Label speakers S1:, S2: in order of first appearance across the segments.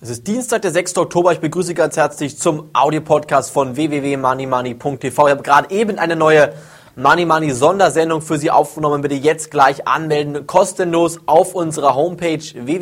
S1: Es ist Dienstag, der 6. Oktober. Ich begrüße Sie ganz herzlich zum Audio-Podcast von www.moneymoney.tv. Ich habe gerade eben eine neue Money Money Sondersendung für Sie aufgenommen. Bitte jetzt gleich anmelden, kostenlos auf unserer Homepage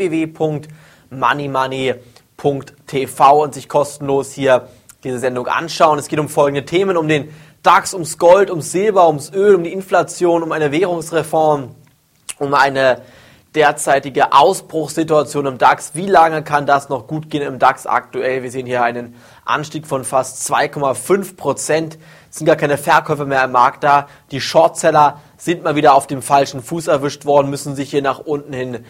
S1: www.moneymoney.tv und sich kostenlos hier diese Sendung anschauen. Es geht um folgende Themen: um den DAX, ums Gold, ums Silber, ums Öl, um die Inflation, um eine Währungsreform, um eine derzeitige Ausbruchssituation im DAX. Wie lange kann das noch gut gehen im DAX aktuell? Wir sehen hier einen Anstieg von fast 2,5%. Es sind gar keine Verkäufer mehr im Markt da. Die Shortseller sind mal wieder auf dem falschen Fuß erwischt worden, müssen sich hier nach oben hin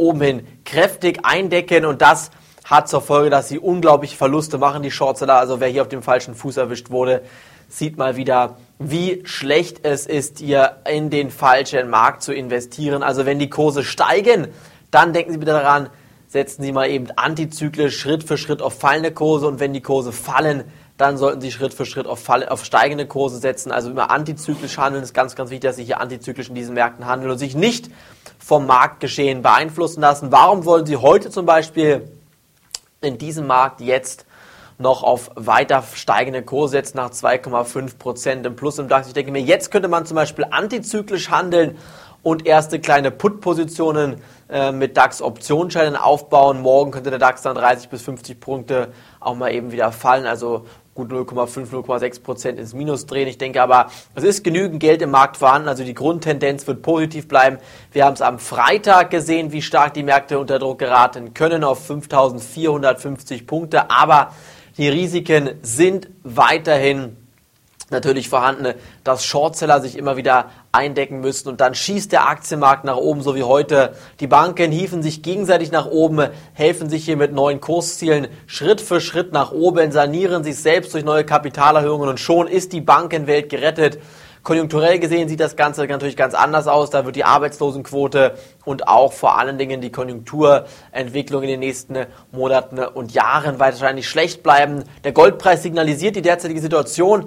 S1: kräftig eindecken, und das hat zur Folge, dass sie unglaubliche Verluste machen, die Shortseller. Also wer hier auf dem falschen Fuß erwischt wurde, sieht mal wieder, wie schlecht es ist, hier in den falschen Markt zu investieren. Also wenn die Kurse steigen, dann denken Sie bitte daran, setzen Sie mal eben antizyklisch Schritt für Schritt auf fallende Kurse, und wenn die Kurse fallen, dann sollten Sie Schritt für Schritt auf steigende Kurse setzen. Also immer antizyklisch handeln. Es ist ganz, ganz wichtig, dass Sie hier antizyklisch in diesen Märkten handeln und sich nicht vom Marktgeschehen beeinflussen lassen. Warum wollen Sie heute zum Beispiel in diesem Markt jetzt noch auf weiter steigende Kurse setzen nach 2,5% im Plus im DAX? Ich denke mir, jetzt könnte man zum Beispiel antizyklisch handeln und erste kleine Put-Positionen mit DAX-Optionsscheinen aufbauen. Morgen könnte der DAX dann 30 bis 50 Punkte auch mal eben wieder fallen, also gut 0,5, 0,6% ins Minus drehen. Ich denke aber, es ist genügend Geld im Markt vorhanden, also die Grundtendenz wird positiv bleiben. Wir haben es am Freitag gesehen, wie stark die Märkte unter Druck geraten können, auf 5.450 Punkte, aber die Risiken sind weiterhin natürlich vorhanden, dass Shortseller sich immer wieder eindecken müssen, und dann schießt der Aktienmarkt nach oben, so wie heute. Die Banken hieven sich gegenseitig nach oben, helfen sich hier mit neuen Kurszielen Schritt für Schritt nach oben, sanieren sich selbst durch neue Kapitalerhöhungen, und schon ist die Bankenwelt gerettet. Konjunkturell gesehen sieht das Ganze natürlich ganz anders aus. Da wird die Arbeitslosenquote und auch vor allen Dingen die Konjunkturentwicklung in den nächsten Monaten und Jahren wahrscheinlich schlecht bleiben. Der Goldpreis signalisiert die derzeitige Situation.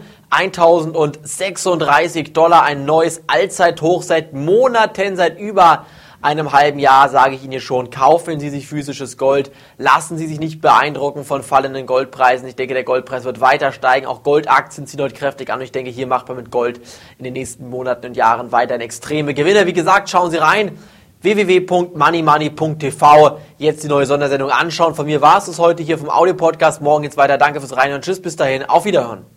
S1: $1.036, ein neues Allzeithoch seit Monaten, seit über einem halben Jahr, sage ich Ihnen hier schon. Kaufen Sie sich physisches Gold, lassen Sie sich nicht beeindrucken von fallenden Goldpreisen. Ich denke, der Goldpreis wird weiter steigen, auch Goldaktien ziehen heute kräftig an, und ich denke, hier macht man mit Gold in den nächsten Monaten und Jahren weiterhin extreme Gewinne. Wie gesagt, schauen Sie rein, www.moneymoney.tv, jetzt die neue Sondersendung anschauen. Von mir war es heute hier vom Audio-Podcast. Morgen geht's weiter. Danke fürs Reinhören. Tschüss, bis dahin, auf Wiederhören.